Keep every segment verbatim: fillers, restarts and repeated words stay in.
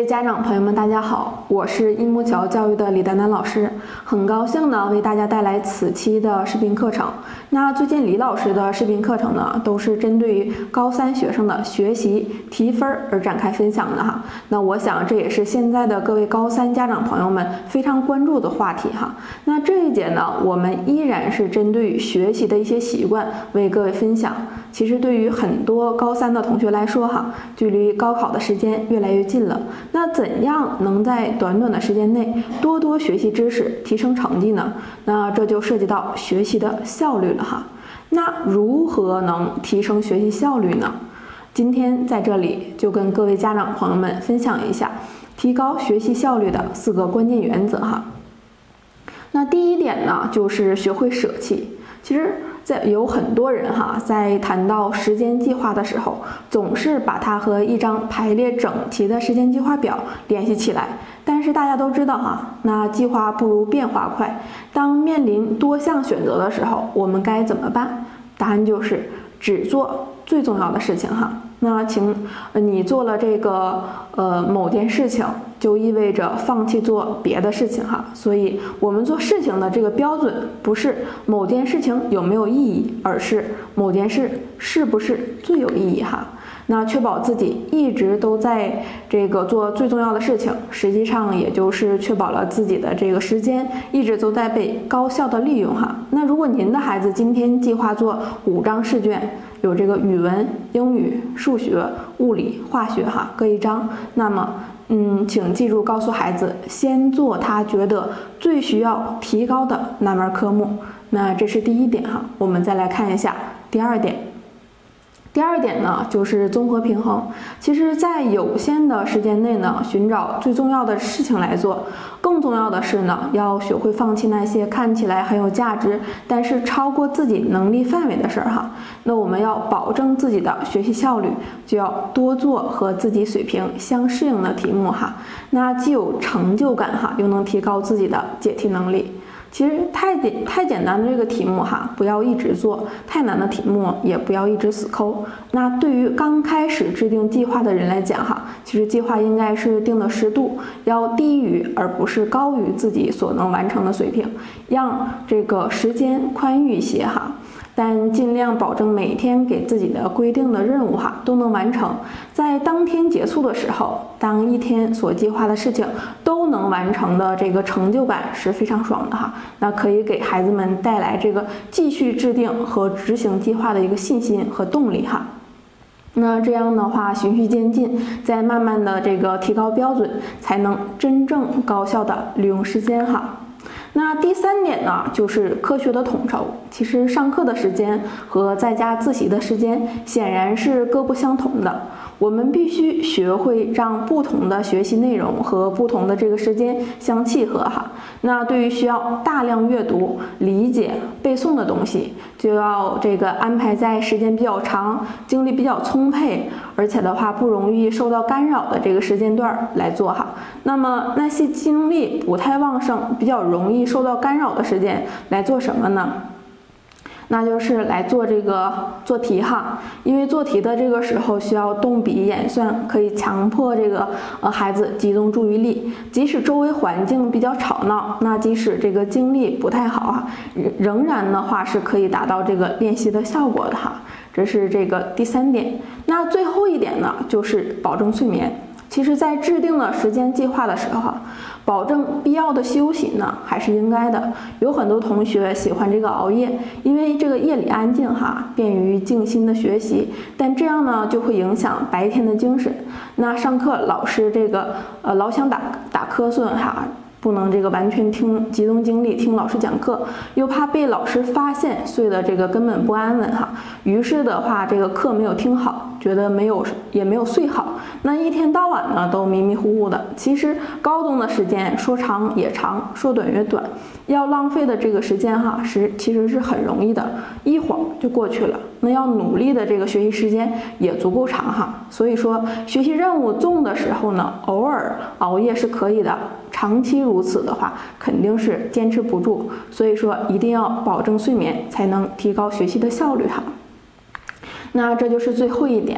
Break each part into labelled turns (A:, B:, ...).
A: 家长朋友们，大家好，我是樱木桥教育的李丹丹老师，很高兴呢为大家带来此期的视频课程。那最近李老师的视频课程呢，都是针对于高三学生的学习提分而展开分享的哈。那我想这也是现在的各位高三家长朋友们非常关注的话题哈。那这一节呢，我们依然是针对于学习的一些习惯为各位分享。其实对于很多高三的同学来说哈，距离高考的时间越来越近了。那怎样能在短短的时间内多多学习知识，提升成绩呢？那这就涉及到学习的效率了哈。那如何能提升学习效率呢？今天在这里就跟各位家长朋友们分享一下提高学习效率的四个关键原则哈。那第一点呢，就是学会舍弃。其实在有很多人哈，在谈到时间计划的时候，总是把它和一张排列整齐的时间计划表联系起来。但是大家都知道哈，那计划不如变化快。当面临多项选择的时候，我们该怎么办？答案就是只做最重要的事情哈。那请你做了这个呃某件事情，就意味着放弃做别的事情哈。所以我们做事情的这个标准不是某件事情有没有意义，而是某件事是不是最有意义哈。那确保自己一直都在这个做最重要的事情，实际上也就是确保了自己的这个时间一直都在被高效的利用哈。那如果您的孩子今天计划做五张试卷，有这个语文、英语、数学、物理、化学哈各一张，那么嗯，请记住告诉孩子，先做他觉得最需要提高的那门科目。那这是第一点哈。我们再来看一下第二点。第二点呢，就是综合平衡。其实在有限的时间内呢，寻找最重要的事情来做。更重要的是呢，要学会放弃那些看起来很有价值，但是超过自己能力范围的事儿哈。那我们要保证自己的学习效率，就要多做和自己水平相适应的题目哈。那既有成就感哈，又能提高自己的解题能力。其实太简太简单的这个题目哈，不要一直做；太难的题目也不要一直死抠。那对于刚开始制定计划的人来讲哈，其实计划应该是定的适度，要低于而不是高于自己所能完成的水平，让这个时间宽裕一些哈。但尽量保证每天给自己的规定的任务哈都能完成，在当天结束的时候，当一天所计划的事情都能完成的这个成就感是非常爽的哈。那可以给孩子们带来这个继续制定和执行计划的一个信心和动力哈。那这样的话，循序渐进，再慢慢的这个提高标准，才能真正高效的利用时间哈。那第三点呢，就是科学的统筹。其实上课的时间和在家自习的时间显然是各不相同的，我们必须学会让不同的学习内容和不同的这个时间相契合哈。那对于需要大量阅读、理解、背诵的东西，就要这个安排在时间比较长、精力比较充沛，而且的话不容易受到干扰的这个时间段来做哈。那么那些精力不太旺盛、比较容易受到干扰的时间来做什么呢？那就是来做这个做题哈。因为做题的这个时候需要动笔演算，可以强迫这个呃孩子集中注意力，即使周围环境比较吵闹，那即使这个精力不太好哈，仍然的话是可以达到这个练习的效果的哈。这是这个第三点。那最后一点呢，就是保证睡眠。其实在制定了时间计划的时候，保证必要的休息呢还是应该的。有很多同学喜欢这个熬夜，因为这个夜里安静哈，便于静心的学习，但这样呢就会影响白天的精神。那上课老师这个呃老想打打瞌睡哈，不能这个完全听集中精力听老师讲课，又怕被老师发现，睡得这个根本不安稳哈。于是的话，这个课没有听好，觉得没有也没有睡好，那一天到晚呢都迷迷糊糊的。其实高中的时间说长也长，说短也短，要浪费的这个时间哈是其实是很容易的，一会儿就过去了。那要努力的这个学习时间也足够长哈。所以说学习任务重的时候呢，偶尔熬夜是可以的，长期如此的话肯定是坚持不住。所以说一定要保证睡眠，才能提高学习的效率哈。那这就是最后一点。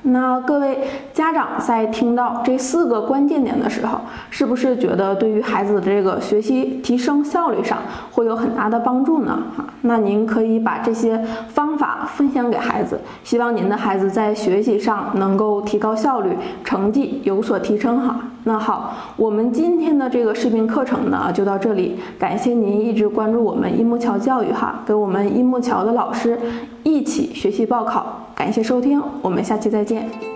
A: 那各位家长在听到这四个关键点的时候，是不是觉得对于孩子的这个学习提升效率上会有很大的帮助呢？哈，那您可以把这些方法分享给孩子，希望您的孩子在学习上能够提高效率，成绩有所提升哈。那好，我们今天的这个视频课程呢就到这里，感谢您一直关注我们樱木桥教育哈，跟我们樱木桥的老师一起学习报考，感谢收听，我们下期再见。